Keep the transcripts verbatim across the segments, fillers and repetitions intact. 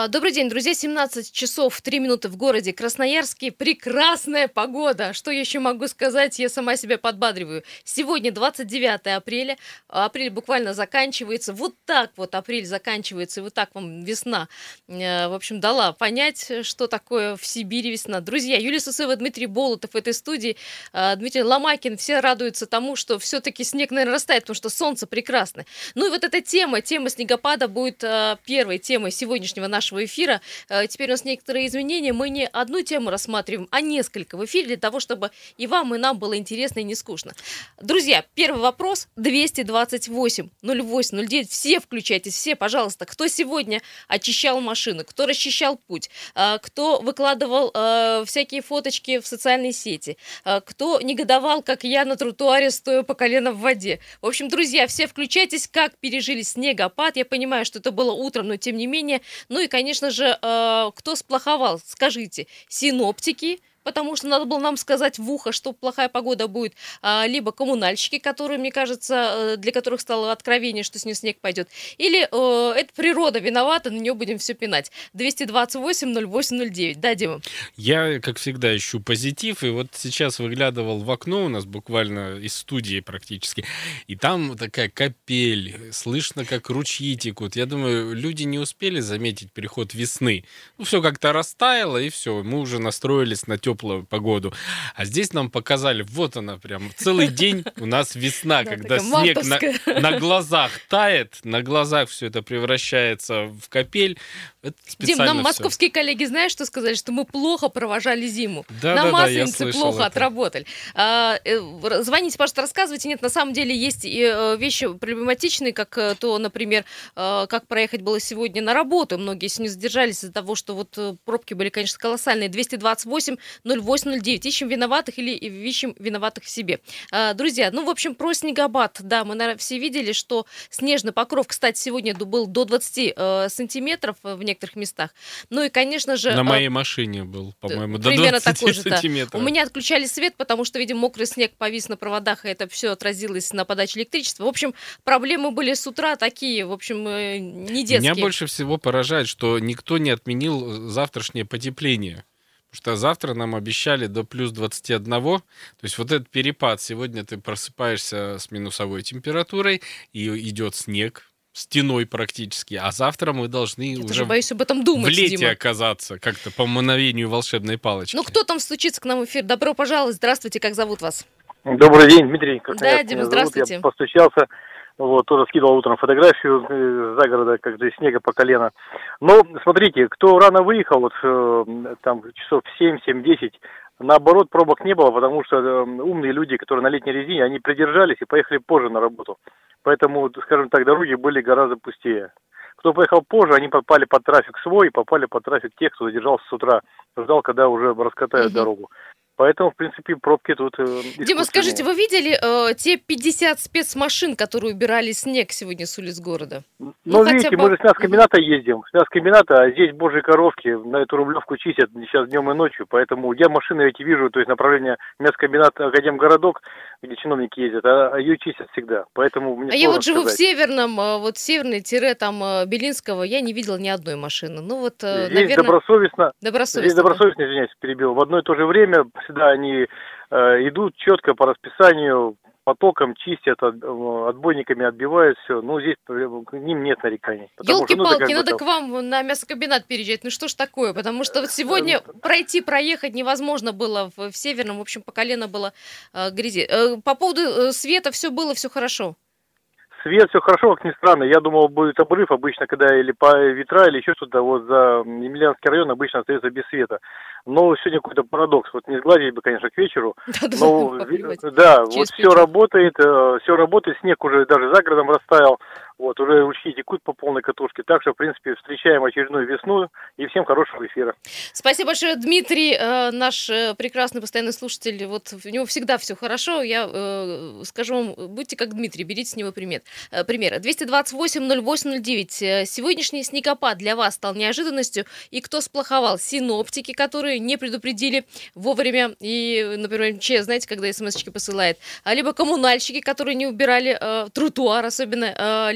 Добрый день, друзья. семнадцать часов три минуты в городе Красноярске. Прекрасная погода. Что я еще могу сказать? Я сама себя подбадриваю. Сегодня двадцать девятое апреля. Апрель буквально заканчивается. Вот так вот апрель заканчивается. И вот так вам весна, в общем, дала понять, что такое в Сибири весна. Друзья, Юлия Сысоева, Дмитрий Болотов в этой студии. Дмитрий Ломакин. Все радуются тому, что все-таки снег, наверное, растает, потому что солнце прекрасное. Ну и вот эта тема, тема снегопада будет первой темой сегодняшнего нашего эфира. Теперь у нас некоторые изменения. Мы не одну тему рассматриваем, а несколько в эфире, для того, чтобы и вам, и нам было интересно и не скучно. Друзья, первый вопрос. двести двадцать восемь ноль восемь ноль девять. Все включайтесь, все, пожалуйста. Кто сегодня очищал машину, кто расчищал путь, кто выкладывал всякие фоточки в социальные сети, кто негодовал, как я, на тротуаре, стоя по колено в воде. В общем, друзья, все включайтесь, как пережили снегопад. Я понимаю, что это было утром, но тем не менее. Ну и, конечно же, э, кто сплоховал, скажите, синоптики, потому что надо было нам сказать в ухо, что плохая погода будет, а, либо коммунальщики, которые, мне кажется, для которых стало откровение, что с ней снег пойдет, или э, это природа виновата, на нее будем все пинать. двести двадцать восемь ноль восемь ноль девять. Да, Дима? Я, как всегда, ищу позитив, и вот сейчас выглядывал в окно у нас буквально из студии практически, и там такая капель, слышно, как ручьи текут. Я думаю, люди не успели заметить переход весны. Ну, все как-то растаяло, и все, мы уже настроились на теплую погоду. А здесь нам показали, вот она прям, целый день у нас весна, Да, когда такая снег на, мартовская. на глазах тает, на глазах все это превращается в капель. Это Дим, специально нам всё. московские коллеги, знаешь, что сказали? Что мы плохо провожали зиму. Да, На да, да, я Масленице слышал плохо это. отработали. А, э, звоните, пожалуйста, рассказывайте. Нет, на самом деле есть и э, вещи проблематичные, как э, то, например, э, как проехать было сегодня на работу. Многие сегодня задержались из-за того, что вот э, пробки были, конечно, колоссальные. двести двадцать восемь ноль восемь ноль девять. Ищем виноватых или ищем виноватых в себе. А, друзья, ну, в общем, про снегопад. Да, мы, наверное, все видели, что снежный покров, кстати, сегодня был до двадцати э, сантиметров в некоторых местах. Ну и, конечно же... На э, моей машине был, по-моему, до примерно двадцати такой же, да. сантиметров. У меня отключали свет, потому что, видимо, мокрый снег повис на проводах, и это все отразилось на подаче электричества. В общем, проблемы были с утра такие, в общем, э, не детские. Меня больше всего поражает, что никто не отменил завтрашнее потепление. Потому что завтра нам обещали до плюс двадцати одного. То есть вот этот перепад. Сегодня ты просыпаешься с минусовой температурой, и идет снег, стеной практически. А завтра мы должны Я уже тоже боюсь об этом думать, в лете Дима. оказаться, как-то по мановению волшебной палочки. Ну, кто там стучится к нам в эфир? Добро пожаловать. Здравствуйте, как зовут вас? Добрый день, Дмитрий. Да, Дима, здравствуйте. Я постучался, вот, тоже скидывал утром фотографию э, загорода, как здесь снега по колено. Но, смотрите, кто рано выехал, вот э, там часов в семь, семь-десять, наоборот, пробок не было, потому что э, умные люди, которые на летней резине, они придержались и поехали позже на работу. Поэтому, скажем так, дороги были гораздо пустее. Кто поехал позже, они попали под трафик свой, попали под трафик тех, кто задержался с утра, ждал, когда уже раскатают Мгм. дорогу. Поэтому, в принципе, пробки тут э, Дима, искусственные. скажите, вы видели э, те пятьдесят спецмашин, которые убирали снег сегодня с улиц города? Ну, Ну, хотя видите, бы- мы же с мясокомбината ездим. С мясокомбината, а здесь божьи коровки на эту рублевку чистят сейчас днем и ночью. Поэтому я машины эти вижу, то есть направление мясокомбината Академгородок, где чиновники ездят, а ее чистят всегда. Поэтому мне А я сложно вот живу сказать. в Северном, э, вот северный тире там э, Белинского, я не видела ни одной машины. Ну вот, э, Здесь наверное, добросовестно, добросовестно. здесь добросовестно, извиняюсь, перебил. В одно и то же время всегда они э, идут четко по расписанию, потоком чистят, от- э, отбойниками отбивают все. Ну, здесь э, к ним нет нареканий. Потому что, ну, это Елки-палки, как бы надо там- к вам на мясокомбинат переезжать. Ну что ж такое? Потому что вот сегодня пройти, проехать невозможно было в, в Северном. В общем, по колено было э, грязи. Э, по поводу э, света все было, все хорошо. Свет, все хорошо, как ни странно. Я думал, будет обрыв обычно, когда или по ветра, или еще что-то. Вот за Емельянский район обычно остается без света. Но сегодня какой-то парадокс. Вот не сгладить бы, конечно, к вечеру. Да-да, Но, поплевать ви- да, через вот все плечо. работает, все работает. Снег уже даже за городом растаял. Вот, уже ручьи текут по полной катушке. Так что, в принципе, встречаем очередную весну. И всем хорошего эфира. Спасибо большое, Дмитрий, э, наш э, прекрасный постоянный слушатель. Вот у него всегда все хорошо. Я э, скажу вам, будьте как Дмитрий, берите с него пример. Э, примеры. двести двадцать восемь ноль восемь ноль девять. Э, Сегодняшний снегопад для вас стал неожиданностью. И кто сплоховал? Синоптики, которые не предупредили вовремя. И, например, МЧС, знаете, когда смс-очки посылает. А либо коммунальщики, которые не убирали э, тротуар особенно. Э, либо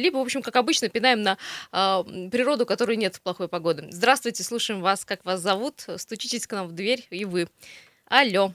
либо, в общем, как обычно, пинаем на а, природу, которой нет в плохой погоды. Здравствуйте, слушаем вас, как вас зовут, стучитесь к нам в дверь, и вы. Алло.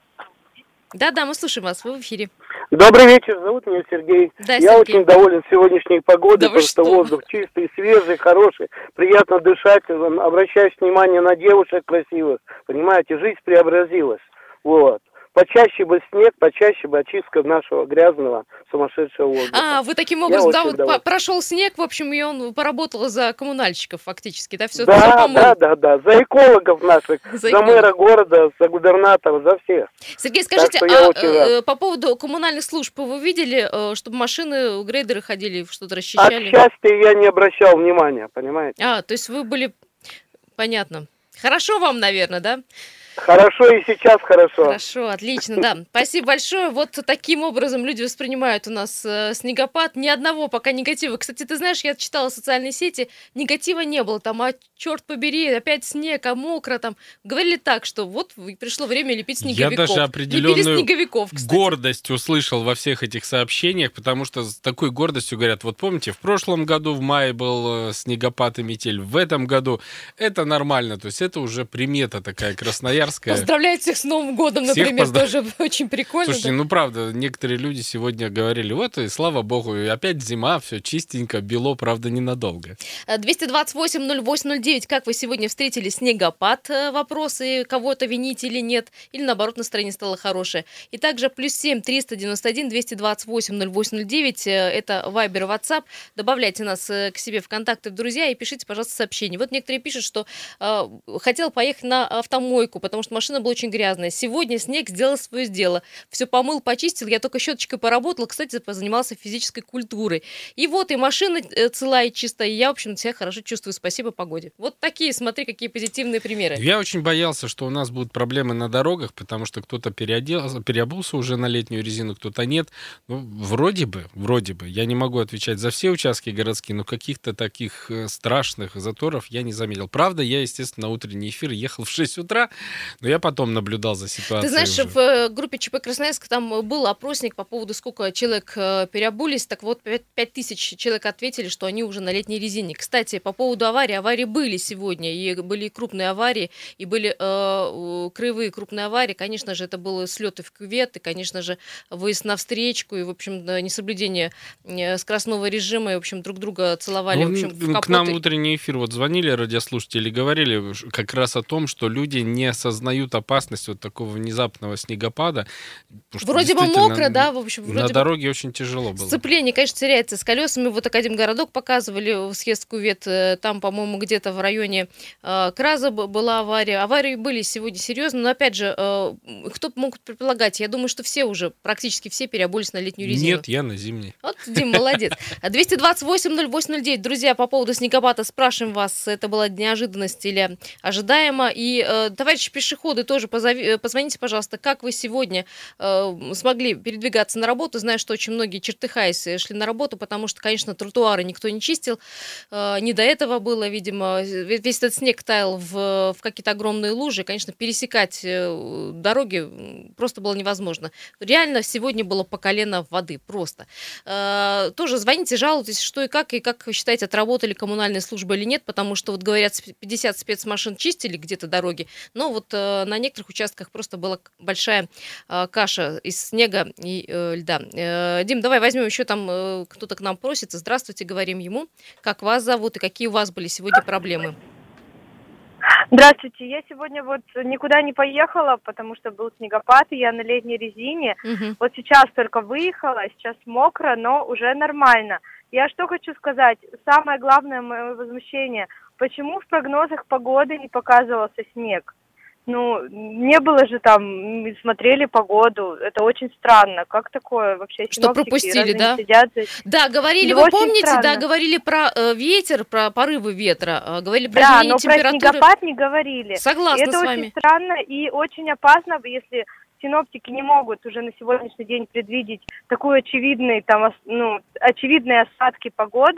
Да-да, мы слушаем вас, вы в эфире. Добрый вечер, зовут меня Сергей. Да, Я Сергей. очень доволен сегодняшней погодой, Да потому что воздух чистый, свежий, хороший, приятно дышать. Обращаюсь внимание на девушек красивых. Понимаете, жизнь преобразилась. Вот. Почаще бы снег, почаще бы очистка нашего грязного, сумасшедшего воздуха. А, вы таким образом, да, вот по- прошел снег, в общем, и он поработал за коммунальщиков фактически, да, все, да, все помыл. Да, да, да, за экологов наших, за, за, за мэра города, за губернатора, за всех. Сергей, скажите, а э, по поводу коммунальных служб, вы видели, э, чтобы машины, грейдеры ходили, что-то расчищали? От счастья я не обращал внимания, понимаете? А, то есть вы были, понятно. Хорошо вам, наверное, да? Хорошо, и сейчас хорошо. Хорошо, отлично, да. Спасибо большое. Вот таким образом люди воспринимают у нас э, снегопад. Ни одного пока негатива. Кстати, ты знаешь, я читала социальные сети, негатива не было. Там, а черт побери, опять снег, а мокро там. Говорили так, что вот пришло время лепить снеговиков. Я даже определенную снеговиков, гордость услышал во всех этих сообщениях, потому что с такой гордостью говорят, вот помните, в прошлом году в мае был снегопад и метель, в этом году это нормально. То есть это уже примета такая красноярская. Поздравляю всех с Новым годом, например, поздрав... тоже очень прикольно. Слушайте, да? ну правда, некоторые люди сегодня говорили, вот и слава богу, и опять зима, все чистенько, бело, правда, ненадолго. двести двадцать восемь ноль восемь ноль девять, как вы сегодня встретили снегопад? Вопросы, кого-то вините или нет? Или наоборот, настроение стало хорошее? И также плюс семь триста девяносто один двести двадцать восемь ноль восемь ноль девять, это Вайбер и WhatsApp. Добавляйте нас к себе в контакты, в друзья, и пишите, пожалуйста, сообщения. Вот некоторые пишут, что э, хотел поехать на автомойку, потому что машина была очень грязная. Сегодня снег сделал свое дело. Все помыл, почистил. Я только щеточкой поработала. Кстати, позанимался физической культурой. И вот и машина цела и чистая. И я, в общем, себя хорошо чувствую. Спасибо погоде. Вот такие, смотри, какие позитивные примеры. Я очень боялся, что у нас будут проблемы на дорогах, потому что кто-то переоделся, переобулся уже на летнюю резину, кто-то нет. Ну, вроде бы, вроде бы. Я не могу отвечать за все участки городские, но каких-то таких страшных заторов я не заметил. Правда, я, естественно, на утренний эфир ехал в шесть утра, но я потом наблюдал за ситуацией. Ты знаешь, уже. в группе ЧП Красноярск там был опросник по поводу, сколько человек переобулись. Так вот, пять тысяч человек ответили, что они уже на летней резине. Кстати, по поводу аварий. Аварии были сегодня. И были и крупные аварии, и были э, краевые крупные аварии. Конечно же, это было слеты в кювет, и, конечно же, выезд на встречку, и, в общем, несоблюдение скоростного режима, и, в общем, друг друга целовали. Ну, в общем, в к нам в утренний эфир вот звонили радиослушатели, говорили как раз о том, что люди не осознают опасность вот такого внезапного снегопада. Вроде бы мокро, да, в общем. На дороге бы очень тяжело было. Сцепление, конечно, теряется с колесами. Вот Академгородок показывали, съезд в кювет, там, по-моему, где-то в районе э, Краза была авария. Аварии были сегодня серьезно, но, опять же, э, кто мог предполагать? Я думаю, что все уже, практически все переобулись на летнюю резину. Нет, я на зимней. Вот, Дим, молодец. двести двадцать восемь ноль восемь ноль девять. Друзья, по поводу снегопада спрашиваем вас, это была неожиданность или ожидаемо? И, э, товарищи пешеходы, тоже позови, позвоните, пожалуйста, как вы сегодня э, смогли передвигаться на работу, зная, что очень многие, чертыхаясь, шли на работу, потому что, конечно, тротуары никто не чистил, э, не до этого было, видимо, весь этот снег таял в, в какие-то огромные лужи, конечно, пересекать э, дороги просто было невозможно. Реально сегодня было по колено воды, просто. Э, тоже звоните, жалуйтесь, что и как, и как вы считаете, отработали коммунальные службы или нет, потому что, вот говорят, пятьдесят спецмашин чистили где-то дороги, но вот э, на некоторых участках просто была большая э, каша из снега и э, льда. Э, Дим, давай возьмем еще там, э, кто-то к нам просится. Здравствуйте, говорим ему. Как вас зовут и какие у вас были сегодня проблемы? Здравствуйте, я сегодня вот никуда не поехала, потому что был снегопад, и я на летней резине. Угу. Вот сейчас только выехала, сейчас мокро, но уже нормально. Я что хочу сказать, самое главное мое возмущение, почему в прогнозах погоды не показывался снег? Ну, не было же там, смотрели погоду, это очень странно. Как такое вообще? Что пропустили, да? Сидят за... Да, говорили, ну, вы помните, странно. да, говорили про э, ветер, про порывы ветра, э, говорили про да, изменение но температуры. Про снегопад не говорили. Согласна это с вами. Это очень странно и очень опасно, если синоптики не могут уже на сегодняшний день предвидеть такой очевидный, там, ну, очевидные осадки погоды,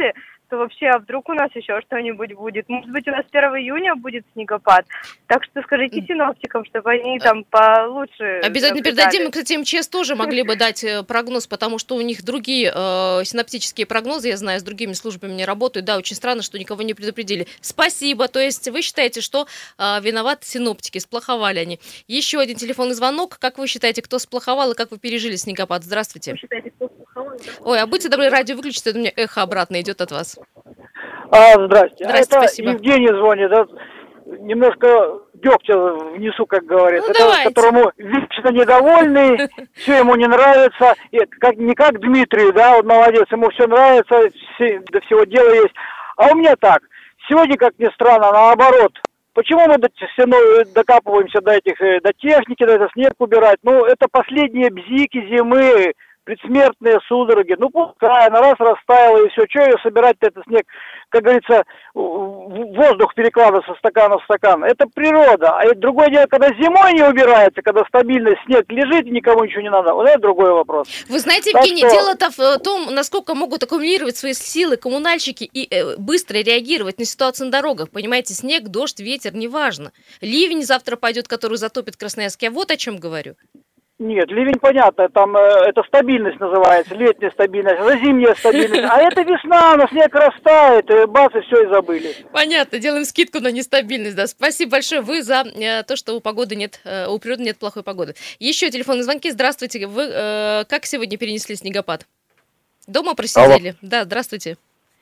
что вообще, а вдруг у нас еще что-нибудь будет? Может быть, у нас первого июня будет снегопад. Так что скажите синоптикам, чтобы они там получше... Обязательно передадим. Кстати, МЧС тоже могли бы дать прогноз, потому что у них другие э, синоптические прогнозы, я знаю, с другими службами не работают. Да, очень странно, что никого не предупредили. Спасибо. То есть вы считаете, что э, виноваты синоптики, сплоховали они. Еще один телефонный звонок. Как вы считаете, кто сплоховал и как вы пережили снегопад? Здравствуйте. Вы считаете, кто сплоховал? Ой, а будьте добры, радио выключите, это у меня эхо обратно идет от вас. А, здрасте. Здрасте, а это спасибо. Евгений звонит. Да? Немножко дегтя внесу, как говорится. Ну, это давайте. Которому вечно недовольный, все ему не нравится. И как, не как Дмитрию, да, вот молодец, ему все нравится, все, до всего дела есть. А у меня так. Сегодня, как ни странно, наоборот. Почему мы до, все докапываемся до этих, до техники, до этого снег убирать? Ну, это последние бзики зимы, предсмертные судороги. Ну, пускай она раз растаяла, и все. Что ее собирать-то, этот снег? Как говорится, воздух перекладывается со стакана в стакан. Это природа. А другое дело, когда зимой не убирается, когда стабильный снег лежит, и никому ничего не надо. Вот это другой вопрос. Вы знаете, Так Евгений, что... дело-то в том, насколько могут аккумулировать свои силы коммунальщики и э, быстро реагировать на ситуацию на дорогах. Понимаете, снег, дождь, ветер, неважно. Ливень завтра пойдет, который затопит Красноярск. Я вот о чем говорю. Нет, ливень понятно, там э, это стабильность называется, летняя стабильность, это зимняя стабильность, а это весна, на снег растает, и бац, и все, и забыли. Понятно, делаем скидку на нестабильность, да. Спасибо большое, вы за э, то, что у погоды нет, э, у природы нет плохой погоды. Еще телефонные звонки, здравствуйте, вы э, как сегодня перенесли снегопад? Дома просидели? Алло. Да, здравствуйте.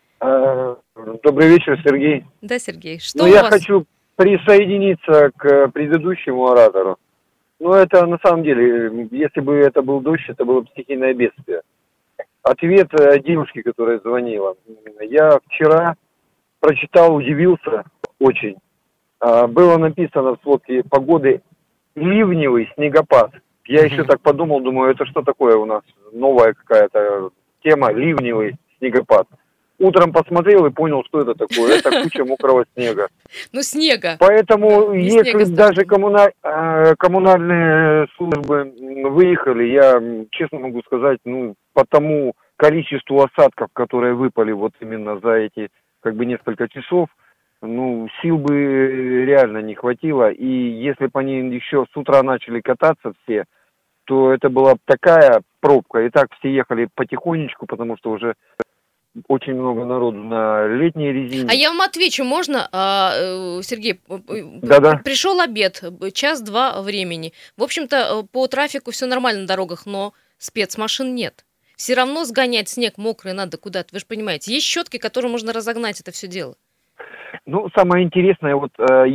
Добрый вечер, Сергей. Да, Сергей, что ну, у я вас? хочу присоединиться к предыдущему оратору. Ну, это на самом деле, если бы это был дождь, это было бы стихийное бедствие. Ответ девушки, которая звонила. Я вчера прочитал, удивился очень. Было написано в сводке погоды ливневый снегопад. Я еще так подумал, думаю, это что такое у нас? Новая какая-то тема, ливневый снегопад. Утром посмотрел и понял, что это такое. Это куча мокрого снега. Ну, снега. Поэтому, Не если снега, даже коммуна... коммунальные службы выехали, я честно могу сказать, ну, по тому количеству осадков, которые выпали вот именно за эти, как бы, несколько часов, ну, сил бы реально не хватило. И если бы они еще с утра начали кататься все, то это была такая пробка. И так все ехали потихонечку, потому что уже очень много народу на летней резине. А я вам отвечу, можно, Сергей? Да-да. Пришел обед, час-два времени. В общем-то, по трафику все нормально на дорогах, но спецмашин нет. Все равно сгонять снег мокрый надо куда-то, вы же понимаете. Есть щетки, которые можно разогнать это все дело. Ну, самое интересное, вот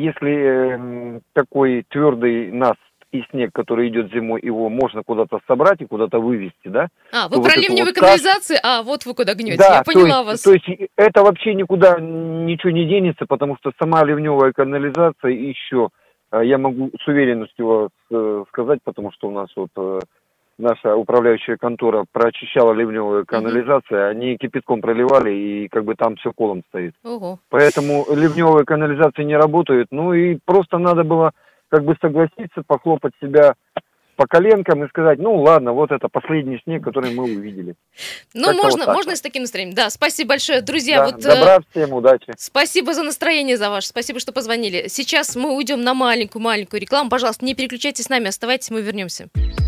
если такой твердый наст и снег, который идет зимой, его можно куда-то собрать и куда-то вывезти, да? А, вы про ливневые вот канализации? Каш... А, вот вы куда гнете, да, я поняла то есть, вас. То есть это вообще никуда ничего не денется, потому что сама ливневая канализация еще, я могу с уверенностью сказать, потому что у нас вот наша управляющая контора прочищала ливневую канализацию, угу. Они кипятком проливали, и как бы там все колом стоит. Ого. Поэтому ливневые канализации не работают, ну и просто надо было как бы согласиться, похлопать себя по коленкам и сказать, ну ладно, вот это последний снег, который мы увидели. Ну, как можно, вот можно и с таким настроением. Да, спасибо большое, друзья. Да, вот, добра всем, удачи. Спасибо за настроение, за ваше, спасибо, что позвонили. Сейчас мы уйдем на маленькую-маленькую рекламу. Пожалуйста, не переключайтесь с нами, оставайтесь, мы вернемся.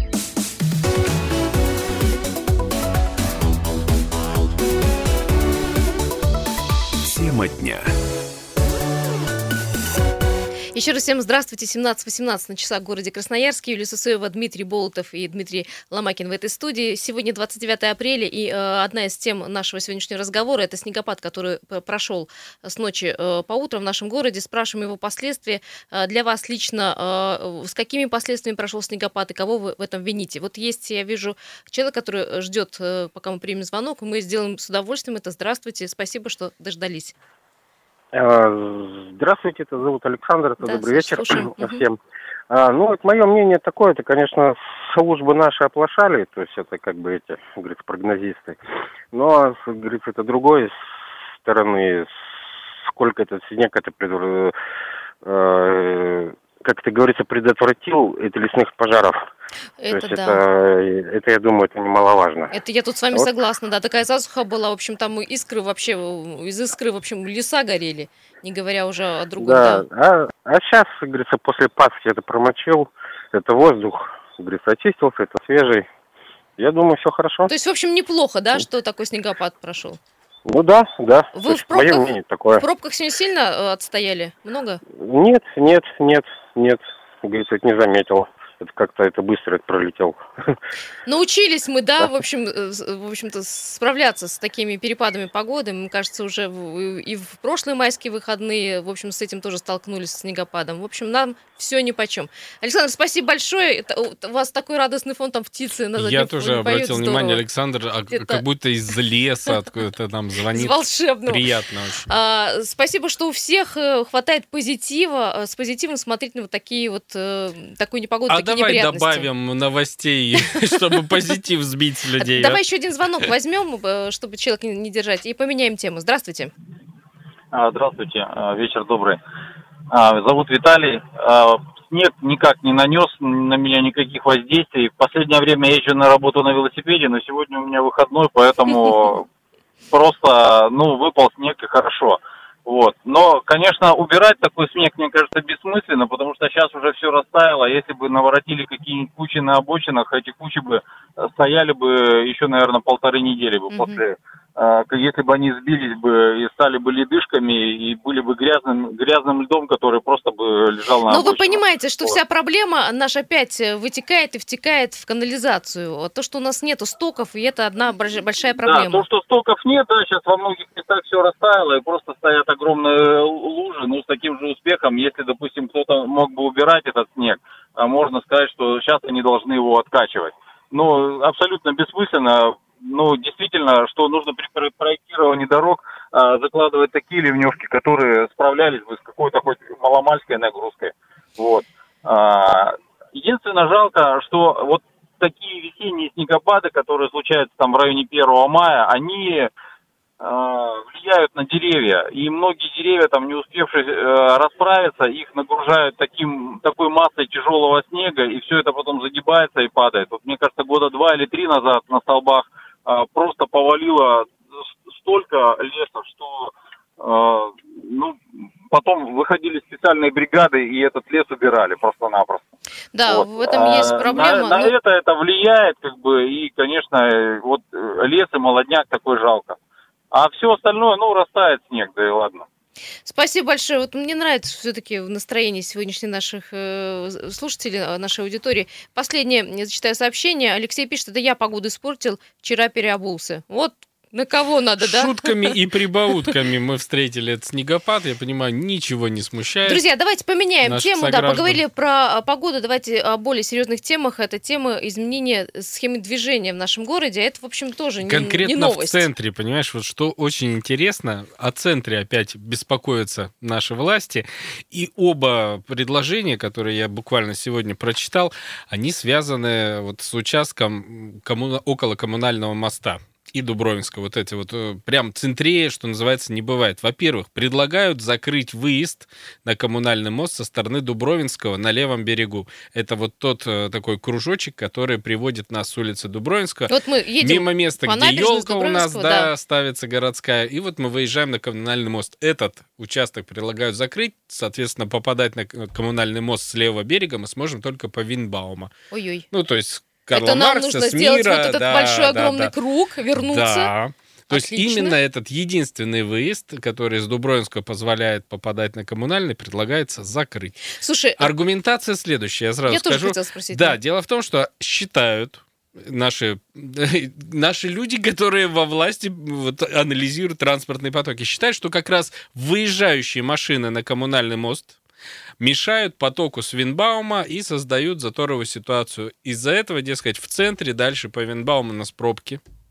Тема дня. Еще раз всем здравствуйте. семнадцать восемнадцать на часах в городе Красноярске. Юлия Сысоева, Дмитрий Болотов и Дмитрий Ломакин в этой студии. Сегодня двадцать девятое апреля, и э, одна из тем нашего сегодняшнего разговора – это снегопад, который прошел с ночи э, по утру в нашем городе. Спрашиваем его последствия. Э, для вас лично, э, с какими последствиями прошел снегопад и кого вы в этом вините? Вот есть, я вижу, человек, который ждет, э, пока мы примем звонок, и мы сделаем с удовольствием это. Здравствуйте, спасибо, что дождались. Здравствуйте, это зовут Александр, это да, добрый вечер слушаем. всем. А, ну, вот мое мнение такое, это, конечно, службы наши оплошали, то есть это как бы эти, говорится, прогнозисты. Но, говорится, это другой стороны, сколько этот снег, это, э, как это говорится, предотвратил эти лесных пожаров. Это То есть да. это, это, я думаю, это немаловажно. Это я тут с вами Вот. согласна, да. Такая засуха была, в общем, там искры вообще, из искры, в общем, леса горели, не говоря уже о другом, Да, да. а, а сейчас, как говорится, после Пасхи это промочил, это воздух, как говорится, очистился, это свежий. Я думаю, все хорошо. То есть, в общем, неплохо, да, что такой снегопад прошел? Ну да, да. Вы То в есть мое пробках, мнение такое. в пробках сегодня сильно э, отстояли? Много? Нет, нет, нет, нет, как говорится, это не заметил. Это как-то это быстро это пролетел. Научились мы, да, в общем, э, с- в общем-то, справляться с такими перепадами погоды. Мне кажется, уже в- и в прошлые майские выходные, в общем, с этим тоже столкнулись, с снегопадом. В общем, нам все нипочем. Александр, спасибо большое. Это- у вас такой радостный фон, там птицы на заднем Я фоне тоже поют, обратил здорово. внимание, Александр, а Это- как будто из леса откуда-то там Из звонит. волшебного. Приятно очень. А, спасибо, что у всех э, хватает позитива, э, с позитивом смотреть на вот такие вот, э, такую непогоду, А такие давай неприятности. добавим новостей, чтобы позитив сбить с людей. Давай еще один звонок возьмем, э, чтобы человека не не держать, и поменяем тему. Здравствуйте. А, Здравствуйте, а, вечер добрый. А, Зовут Виталий. А, Снег никак не нанес на меня никаких воздействий. В последнее время я езжу на работу на велосипеде, но сегодня у меня выходной, поэтому просто, ну, выпал снег и хорошо. Вот. Но, конечно, убирать такой снег, мне кажется, бессмысленно, потому что сейчас уже все растаяло. Если бы наворотили какие-нибудь кучи на обочинах, эти кучи бы э, стояли бы еще, наверное, полторы недели бы Мгм. после. э, к- Если бы они сбились бы и стали бы ледышками, и были бы грязным, грязным льдом, который просто бы лежал на Но вы обочинах. понимаете, что Вот. вся проблема наша опять э, вытекает и втекает в канализацию. Вот то, что у нас нету стоков, и это одна больш- большая Да, проблема. то, что стоков нет, да, сейчас во многих местах все растаяло, и просто стоят огромные лужи, ну, с таким же успехом, если, допустим, кто-то мог бы убирать этот снег, а можно сказать, что сейчас они должны его откачивать. Ну, абсолютно бессмысленно. Ну, действительно, что нужно при про- проектировании дорог а, закладывать такие ливневки, которые справлялись бы с какой-то хоть маломальской нагрузкой. Вот. А, единственное, жалко, что вот такие весенние снегопады, которые случаются там в районе первого мая, они э, влияют на деревья. И многие деревья, там не успевшие э, расправиться, их нагружают таким, такой массой тяжелого снега, и все это потом загибается и падает. Вот мне кажется, года два или три назад на столбах э, просто повалило с- столько леса, что э, ну, потом выходили специальные бригады, и этот лес убирали просто-напросто. Да, Вот. в этом А, есть проблема. На, на Ну, это это влияет, как бы, и, конечно, э, вот э, лес и молодняк такой жалко. А все остальное, ну, растает снег, да и ладно. спасибо большое. Вот мне нравится все-таки настроение сегодняшних наших э, слушателей, э, нашей аудитории. Последнее, я зачитаю сообщение. Алексей пишет, это я погоду испортил, вчера переобулся. Вот на кого надо, да? Шутками и прибаутками мы встретили этот снегопад. Я понимаю, ничего не смущает. Друзья, давайте поменяем наших тему. Да, сограждан. поговорили про а, погоду. Давайте о более серьезных темах. Это тема изменения схемы движения в нашем городе. Это, в общем, тоже не, Конкретно не новость. в центре, понимаешь, вот что очень интересно, о центре опять беспокоятся наши власти, и оба предложения, которые я буквально сегодня прочитал, они связаны вот с участком коммуна- около коммунального моста и Дубровинского, вот эти вот, э, прям центрее, что называется, не бывает. Во-первых, предлагают закрыть выезд на коммунальный мост со стороны Дубровинского на левом берегу. Это вот тот э, такой кружочек, который приводит нас с улицы Дубровинского. Вот мы едем Мимо места, по где набережной с елка у нас, Дубровинского, да, да. ставится городская, и вот мы выезжаем на коммунальный мост. Этот участок предлагают закрыть, соответственно, попадать на к- коммунальный мост с левого берега мы сможем только по Винбаума. Ой-ой. Ну, то есть Карла Это нам Маркса, нужно с сделать мира, вот этот да, большой да, огромный да. круг, вернуться. Да. То есть Отлично. именно этот единственный выезд, который с Дубровинского позволяет попадать на коммунальный, предлагается закрыть. Слушай, а Аргументация следующая, я сразу я тоже скажу. хотела спросить. Да, дело в том, что считают наши, наши люди, которые во власти вот, анализируют транспортные потоки, считают, что как раз выезжающие машины на коммунальный мост мешают потоку с Винбаума и создают заторовую ситуацию. Из-за этого, дескать, в центре дальше по Винбауму у нас пробки.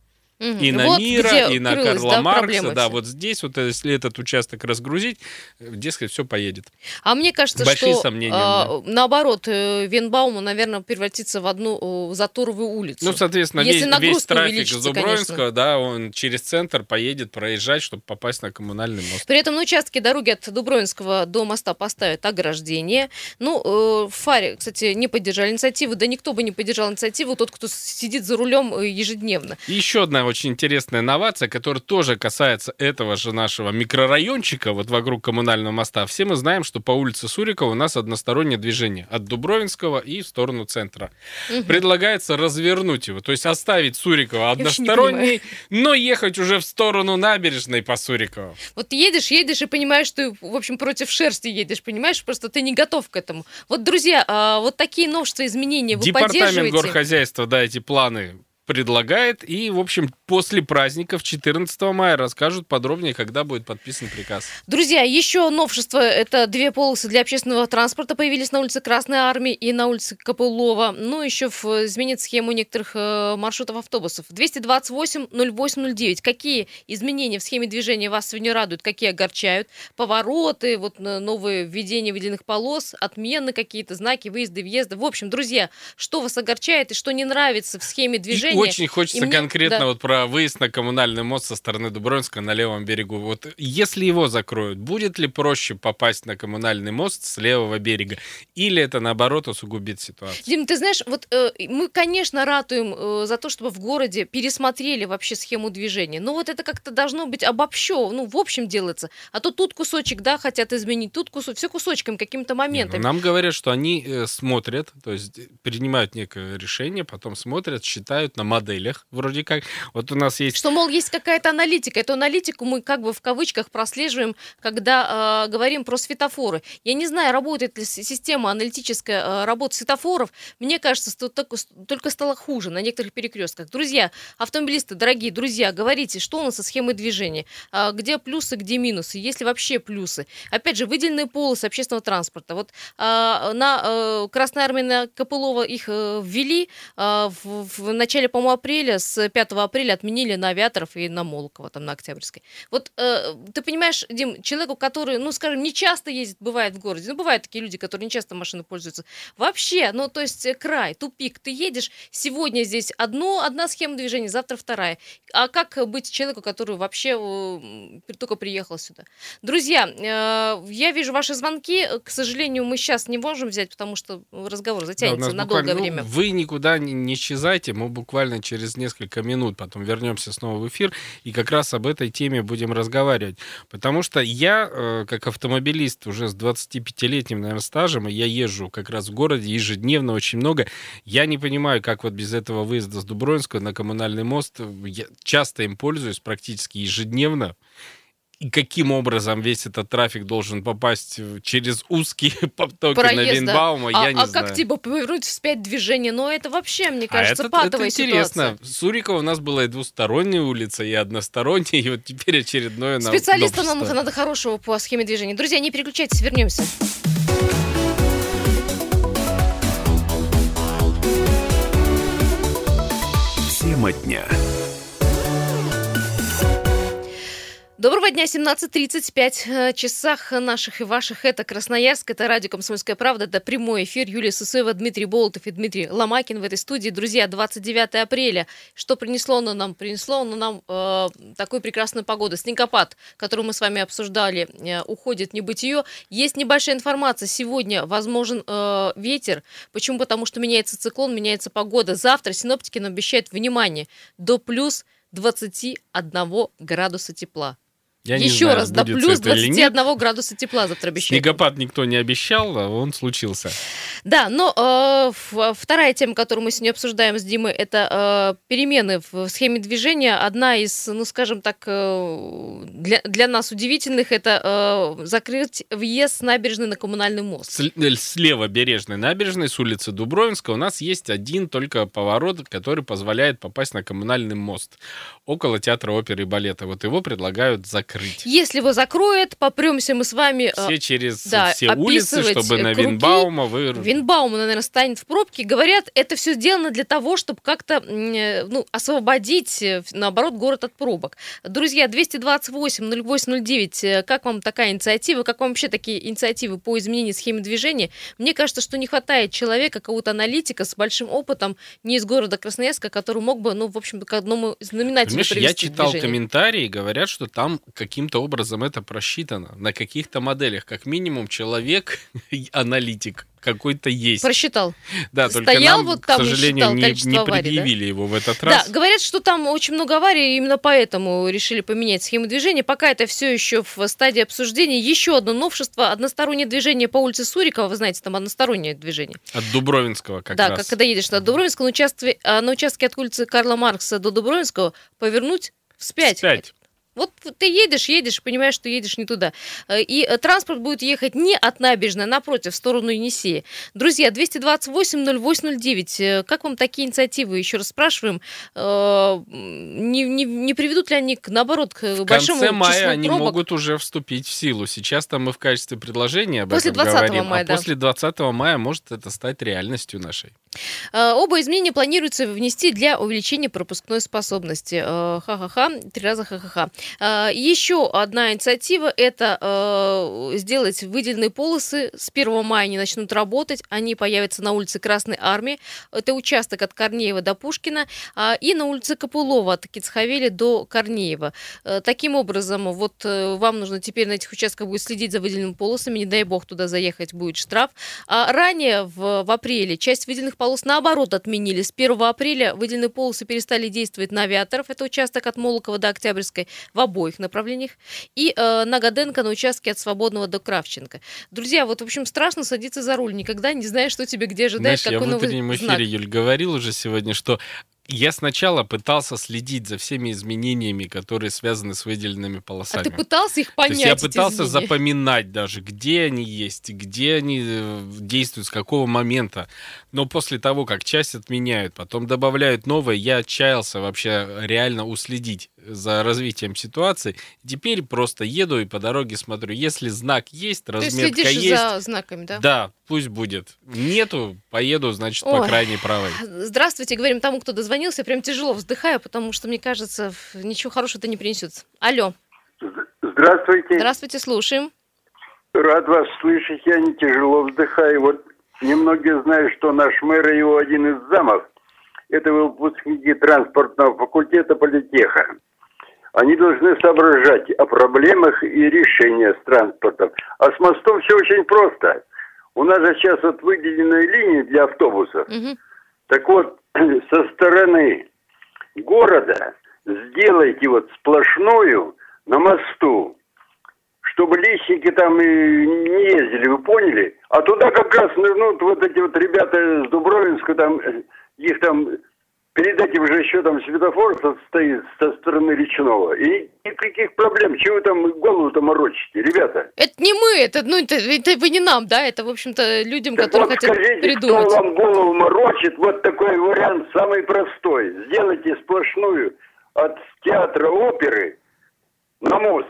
Мгм. И на Вот Мира, где и на крылась, Карла да, Маркса. проблема Да, вся. вот здесь вот, если этот участок разгрузить, э, дескать, все поедет. А мне кажется, Большие что сомнения у а, меня. наоборот, э, Венбаума, наверное, превратится в одну э, заторовую улицу. Ну, соответственно, Если весь, весь нагрузка трафик с увеличится, Дубровинского, конечно. да, он через центр поедет проезжать, чтобы попасть на коммунальный мост. При этом на участке дороги от Дубровинского до моста поставят ограждение. Ну, э, в Фаре, кстати, не поддержали инициативу. Да никто бы не поддержал инициативу, тот, кто сидит за рулем э, ежедневно. И еще одна очень интересная инновация, которая тоже касается этого же нашего микрорайончика, вот вокруг коммунального моста. Все мы знаем, что по улице Сурикова у нас одностороннее движение от Дубровинского и в сторону центра. Мгм. Предлагается развернуть его, то есть оставить Сурикова Я вообще не односторонний, но ехать уже в сторону набережной по Сурикову. Вот едешь, едешь и понимаешь, что ты, в общем, против шерсти едешь, понимаешь? Просто ты не готов к этому. Вот, друзья, а, вот такие новшества, изменения вы Департамент поддерживаете? горхозяйства, да, эти планы предлагает. И, в общем, после праздников четырнадцатого мая расскажут подробнее, когда будет подписан приказ. Друзья, еще новшество. Это две полосы для общественного транспорта появились на улице Красной Армии и на улице Копылова. Ну, еще в, изменит схему некоторых э, маршрутов автобусов. двести двадцать восемь ноль восемь ноль девять. Какие изменения в схеме движения вас сегодня радуют, какие огорчают? Повороты, вот э, новые введения выделенных полос, отмены какие-то, знаки, выезды, въезды. В общем, друзья, что вас огорчает и что не нравится в схеме движения? И очень хочется И мне- конкретно да. вот про выезд на коммунальный мост со стороны Дубровинска на левом берегу. Вот если его закроют, будет ли проще попасть на коммунальный мост с левого берега? Или это, наоборот, усугубит ситуацию? Дим, ты знаешь, вот э, мы, конечно, ратуем э, за то, чтобы в городе пересмотрели вообще схему движения. Но вот это как-то должно быть обобщено, ну, в общем делается. А то тут кусочек, да, хотят изменить, тут кусочек, все кусочками, какими-то Не, ну, моментами. нам говорят, что они э, смотрят, то есть э, принимают некое решение, потом смотрят, считают на моделях вроде как. Вот у нас есть... Что, мол, есть какая-то аналитика. Эту аналитику мы как бы в кавычках прослеживаем, когда э, говорим про светофоры. Я не знаю, работает ли с- система аналитическая э, работы светофоров. Мне кажется, что только, только стало хуже на некоторых перекрестках. Друзья, автомобилисты, дорогие друзья, говорите, что у нас со схемой движения? А, где плюсы, где минусы? Есть ли вообще плюсы? Опять же, выделенные полосы общественного транспорта. Вот а, на э, Красной Армии, на Копылова их э, ввели а, в, в начале, по-моему, апреля, с пятого апреля отменили на Авиаторов и на Молокова, там, на Октябрьской. Вот э, ты понимаешь, Дим, человеку, который, ну, скажем, не часто ездит, бывает в городе, ну, бывают такие люди, которые не часто машиной пользуются, вообще, ну, то есть э, край, тупик, ты едешь, сегодня здесь одно, одна схема движения, завтра вторая. А как быть человеку, который вообще э, только приехал сюда? Друзья, э, я вижу ваши звонки, к сожалению, мы сейчас не можем взять, потому что разговор Да, у затянется нас на долгое буквально- ну, время. вы никуда не, не исчезайте, мы буквально через несколько минут потом вернемся снова в эфир и как раз об этой теме будем разговаривать. Потому что я, э, как автомобилист уже с двадцатипятилетним, наверное, стажем, и я езжу как раз в городе ежедневно очень много, я не понимаю, как вот без этого выезда с Дубровинского на коммунальный мост, я часто им пользуюсь практически ежедневно. И каким образом весь этот трафик должен попасть в- через узкие потоки на Проезд, да. Винбаума, А, я не а знаю. как типа повернуть вспять движение? Ну, это вообще, мне кажется, а это, патовая это интересно. ситуация. Сурикова у нас была и двусторонняя улица, и односторонняя, и вот теперь очередное нам Специалиста нам новшество. надо хорошего по схеме движения. Друзья, не переключайтесь, вернемся. Тема дня. Доброго дня, семнадцать тридцать пять э, часах наших и ваших. Это Красноярск, это радио «Комсомольская правда», это прямой эфир. Юлия Сысоева, Дмитрий Болотов и Дмитрий Ломакин в этой студии. Друзья, двадцать девятое апреля. Что принесло оно нам? Принесло оно нам э, такую прекрасную погоду. Снегопад, который мы с вами обсуждали, э, уходит в небытие. Есть небольшая информация. Сегодня возможен э, ветер. Почему? Потому что меняется циклон, меняется погода. Завтра синоптики нам обещают, внимание, до плюс двадцати одного градуса тепла. Я не Еще знаю, раз, до сбудется плюс это или двадцати нет. одного градуса тепла завтра обещают. Снегопад никто не обещал, а он случился. Да, но э, ф- вторая тема, которую мы сегодня обсуждаем с Димой, это э, перемены в схеме движения. Одна из, ну, скажем так, э, для, для нас удивительных, это э, закрыть въезд с набережной на коммунальный мост. С, л- с левобережной набережной, с улицы Дубровинска, у нас есть один только поворот, который позволяет попасть на коммунальный мост около театра оперы и балета. Вот его предлагают закрыть. Если его закроют, попремся мы с вами... э, Все через да, все улицы, описывать чтобы на круги Винбаума вы, Винбаума, Винбаума, наверное, станет в пробке. Говорят, это все сделано для того, чтобы как-то ну, освободить, наоборот, город от пробок. Друзья, двести двадцать восемь ноль восемь ноль девять, как вам такая инициатива? Как вам вообще такие инициативы по изменению схемы движения? Мне кажется, что не хватает человека, какого-то аналитика с большим опытом, не из города Красноярска, который мог бы, ну, в общем-то, к одному знаменателю привести я читал движение. Комментарии, говорят, что там каким-то образом это просчитано. На каких-то моделях, как минимум, человек, аналитик какой-то есть. Просчитал. Да, только Стоял нам, вот там к сожалению, и не, не аварий, предъявили да? его в этот раз. Да, говорят, что там очень много аварий, и именно поэтому решили поменять схему движения. Пока это все еще в стадии обсуждения. Еще одно новшество. Одностороннее движение по улице Сурикова. Вы знаете, там одностороннее движение. От Дубровинского как да, раз. Да, когда едешь на Дубровинского, на участке, на участке от улицы Карла Маркса до Дубровинского повернуть вспять. Вспять. Вот ты едешь, едешь, понимаешь, что едешь не туда. И транспорт будет ехать не от набережной, а напротив, в сторону Енисея. Друзья, двести двадцать восемь ноль восемь ноль девять. Как вам такие инициативы? Еще раз спрашиваем. Не, не, не приведут ли они, наоборот, к в большому числу пробок? В конце мая они пробок? могут уже вступить в силу. Сейчас-то мы в качестве предложения об после этом говорим. мая, а да. после двадцатого мая может это стать реальностью нашей. Оба изменения планируется внести для увеличения пропускной способности. Ха-ха-ха, три раза ха-ха-ха. Еще одна инициатива – это сделать выделенные полосы. С первого мая они начнут работать. Они появятся на улице Красной Армии. Это участок от Корнеева до Пушкина. И на улице Копылова от Кицхавели до Корнеева. Таким образом, вот вам нужно теперь на этих участках будет следить за выделенными полосами. Не дай бог туда заехать, будет штраф. А ранее, в, в апреле, часть выделенных полос наоборот отменили. С первого апреля выделенные полосы перестали действовать на Авиаторов. Это участок от Молокова до Октябрьской в обоих направлениях. И э, на Годенко на участке от Свободного до Кравченко. Друзья, вот, в общем, страшно садиться за руль. Никогда не знаешь, что тебе где ожидает, Знаешь, какой я в новый утреннем знак. эфире, Юль, говорил уже сегодня, что я сначала пытался следить за всеми изменениями, которые связаны с выделенными полосами. А ты пытался их понять? То есть я пытался изменения? запоминать даже, где они есть, где они действуют, с какого момента. Но после того, как часть отменяют, потом добавляют новое, я отчаялся вообще реально уследить за развитием ситуации. Теперь просто еду и по дороге смотрю, если знак есть, разметка есть. Ты следишь есть. за знаками, да? Да, пусть будет. Нету, поеду, значит, Ой. по крайней правой. Здравствуйте, говорим тому, кто дозвонился. Прям тяжело вздыхаю, потому что, мне кажется, ничего хорошего-то не принесет. Алло. Здравствуйте. Здравствуйте, слушаем. Рад вас слышать, я не тяжело вздыхаю. Вот немногие знают, что наш мэр и его один из замов, это выпускники транспортного факультета политеха. Они должны соображать о проблемах и решениях с транспортом. А с мостом все очень просто. У нас же сейчас вот выделенные линии для автобусов. Угу. Так вот, со стороны города сделайте вот сплошную на мосту, чтобы личники там и не ездили, вы поняли? А туда как раз нырнут вот эти вот ребята с Дубровинска, там, их там... Перед этим же еще там светофор стоит со стороны речного. И никаких проблем. Чего вы там голову-то морочите, ребята? Это не мы, это, ну, это, это вы не нам, да? Это, в общем-то, людям, так которые вот хотят скажите, придумать. кто вам голову морочит? Вот такой вариант, самый простой. Сделайте сплошную от театра оперы на мост.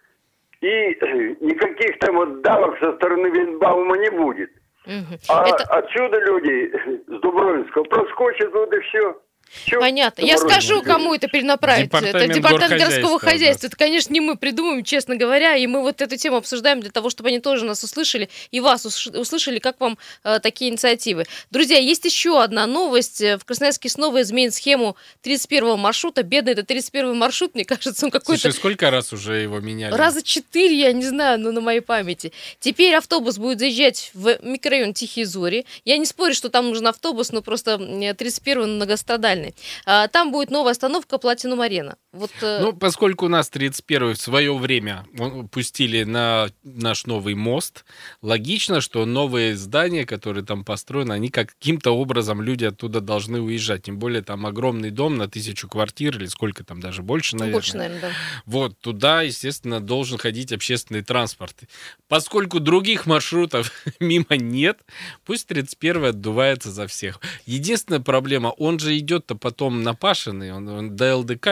И никаких там вот давок со стороны Винбаума не будет. Угу. А это... отсюда люди с Дубровинского проскочат, вот и все. Чё? Понятно. Я скажу, кому это перенаправить. Департамент это департамент городского хозяйства. хозяйства. Это, конечно, не мы придумаем, честно говоря. И мы вот эту тему обсуждаем для того, чтобы они тоже нас услышали и вас услышали, как вам э, такие инициативы. Друзья, есть еще одна новость. В Красноярске снова изменят схему тридцать первого маршрута. Бедный это тридцать первый маршрут, мне кажется, он какой-то... Слушай, сколько раз уже его меняли? Раза четыре, я не знаю, но на моей памяти. Теперь автобус будет заезжать в микрорайон Тихие Зори. Я не спорю, что там нужен автобус, но просто тридцать первый многострадальный. Там будет новая остановка Platinum Arena. Вот, ну, поскольку у нас тридцать первый в свое время пустили на наш новый мост, логично, что новые здания, которые там построены, они каким-то образом люди оттуда должны уезжать. Тем более там огромный дом на тысячу квартир, или сколько там, даже больше, наверное. Больше, наверное, да. Вот, туда, естественно, должен ходить общественный транспорт. Поскольку других маршрутов мимо нет, пусть тридцать первый отдувается за всех. Единственная проблема, он же идет-то потом на Пашиной, он, он до ЛДК идет.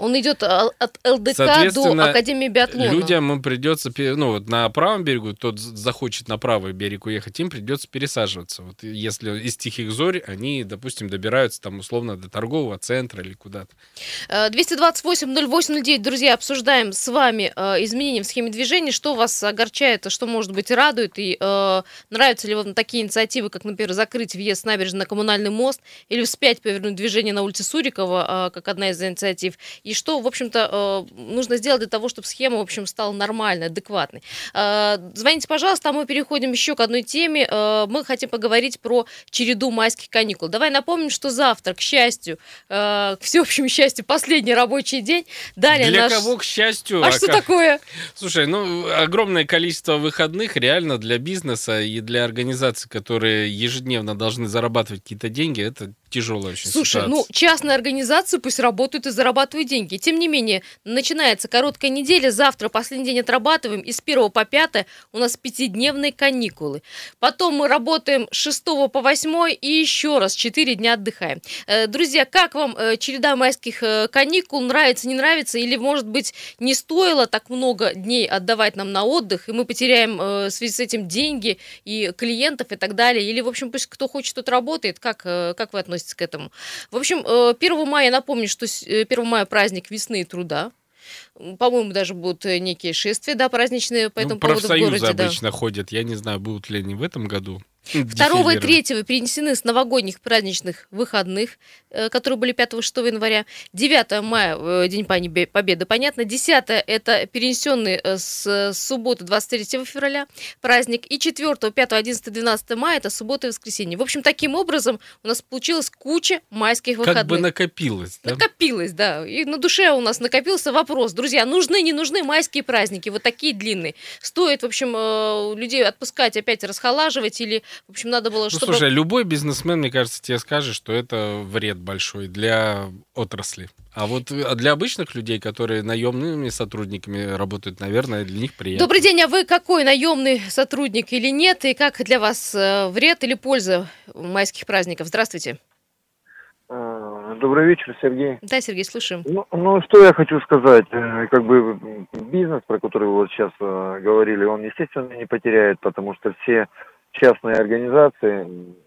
Он идет от ЛДК до Академии биатлона. Людям им придется, ну вот на правом берегу, тот захочет на правый берег уехать, им придется пересаживаться. Вот если из Тихих Зорь они, допустим, добираются там условно до торгового центра или куда-то. двести двадцать восемь ноль восемь ноль девять, друзья, обсуждаем с вами э, изменения в схеме движения, что вас огорчает, что, может быть, радует, и э, нравятся ли вам такие инициативы, как, например, закрыть въезд с набережной на Коммунальный мост, или вспять повернуть движение на улице Сурикова, э, как одна из инициатив, и что, в общем-то, э, нужно сделать для того, чтобы схема, в общем, стала нормальной, адекватной. Э, звоните, пожалуйста, а мы переходим еще к одной теме. Э, мы хотим поговорить про череду майских каникул. Давай напомним, что завтра, к счастью, э, к всеобщему счастью, последний рабочий день. Далее для наш... кого, к счастью? А, а что как... такое? Слушай, ну, огромное количество выходных реально для бизнеса и для организаций, которые ежедневно должны зарабатывать какие-то деньги, это тяжелая очень Слушай, ситуация. ну, частные организации пусть работают и зарабатывают деньги. Тем не менее, начинается короткая неделя, завтра последний день отрабатываем, и с первого по пятое у нас пятидневные каникулы. Потом мы работаем с шестого по восьмое и еще раз четыре дня отдыхаем. Друзья, как вам череда майских каникул? Нравится, не нравится? Или, может быть, не стоило так много дней отдавать нам на отдых, и мы потеряем в связи с этим деньги и клиентов и так далее? Или, в общем, пусть кто хочет, тот работает. Как, как вы относитесь к этому? В общем, первого мая, напомню, что первого мая праздник весны и труда. По-моему, даже будут некие шествия, да, праздничные по ну, этому поводу в городе. Профсоюзы обычно да. ходят. Я не знаю, будут ли они в этом году. Второго и третьего перенесены с новогодних праздничных выходных, которые были пятого-шестого января. девятого мая, День Победы, понятно. десятое это перенесенный с субботы двадцать третьего февраля праздник. И четвёртого, пятого, одиннадцатого, двенадцатого мая это суббота и воскресенье. В общем, таким образом у нас получилась куча майских выходных. Как бы накопилось, да? Накопилось, да. И на душе у нас накопился вопрос. Друзья, нужны, не нужны майские праздники? Вот такие длинные. Стоит, в общем, людей отпускать, опять расхолаживать или... В общем, надо было, чтобы... Ну, слушай, любой бизнесмен, мне кажется, тебе скажет, что это вред большой для отрасли. А вот для обычных людей, которые наемными сотрудниками работают, наверное, для них приятно. Добрый день, а вы какой, наемный сотрудник или нет? И как для вас вред или польза майских праздников? Здравствуйте. Добрый вечер, Сергей. Да, Сергей, слушаем. Ну, ну, что я хочу сказать. Как бы бизнес, про который вы вот сейчас говорили, он, естественно, не потеряет, потому что все частные организации,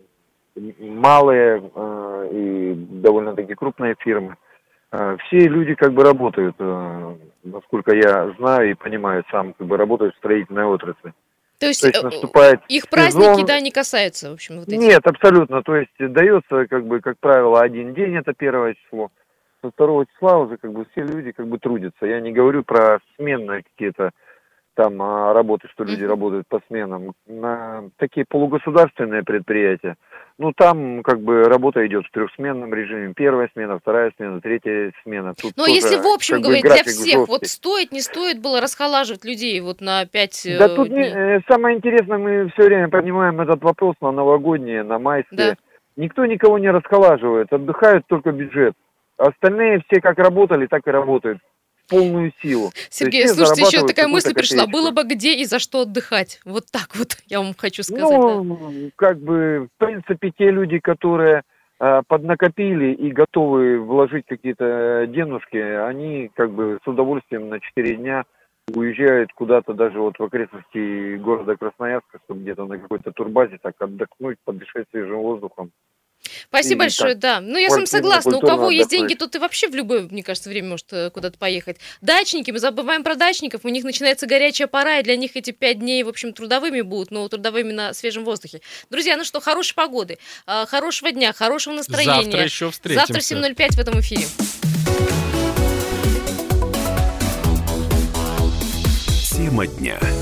малые э, и довольно-таки крупные фирмы, э, все люди как бы работают, э, насколько я знаю и понимаю, сам как бы работают в строительной отрасли. То есть, То есть наступает их праздники, сезон... да, не касаются, в общем, вот эти? Нет, абсолютно. То есть дается, как бы, как правило, один день, это первое число. Со второго числа уже как бы все люди как бы трудятся. Я не говорю про сменные какие-то там работы, что люди mm-hmm. работают по сменам, на такие полугосударственные предприятия. Ну, там как бы работа идет в трехсменном режиме. Первая смена, вторая смена, третья смена. Тут Но если в общем говорить для всех, жесткий. Вот стоит, не стоит было расхолаживать людей вот на пять Да э, тут дней? Не, самое интересное, мы все время поднимаем этот вопрос на новогодние, на майские. Да. Никто никого не расхолаживает, отдыхают только бюджет. Остальные все как работали, так и работают. Полную силу. Сергей, слушайте, еще такая мысль пришла. Было бы где и за что отдыхать. Вот так вот, я вам хочу сказать. Ну, да. как бы, в принципе, те люди, которые э, поднакопили и готовы вложить какие-то денежки, они как бы с удовольствием на четыре дня уезжают куда-то даже вот в окрестности города Красноярска, чтобы где-то на какой-то турбазе так отдохнуть, подышать свежим воздухом. Спасибо и большое, да. Ну, я с вами согласна. У кого есть деньги, тот и вообще в любое, мне кажется, время может куда-то поехать. Дачники, мы забываем про дачников, у них начинается горячая пора, и для них эти пять дней, в общем, трудовыми будут, но трудовыми на свежем воздухе. Друзья, ну что, хорошей погоды, хорошего дня, хорошего настроения. Завтра еще встретимся. Завтра в семь ноль пять в этом эфире. Тема дня.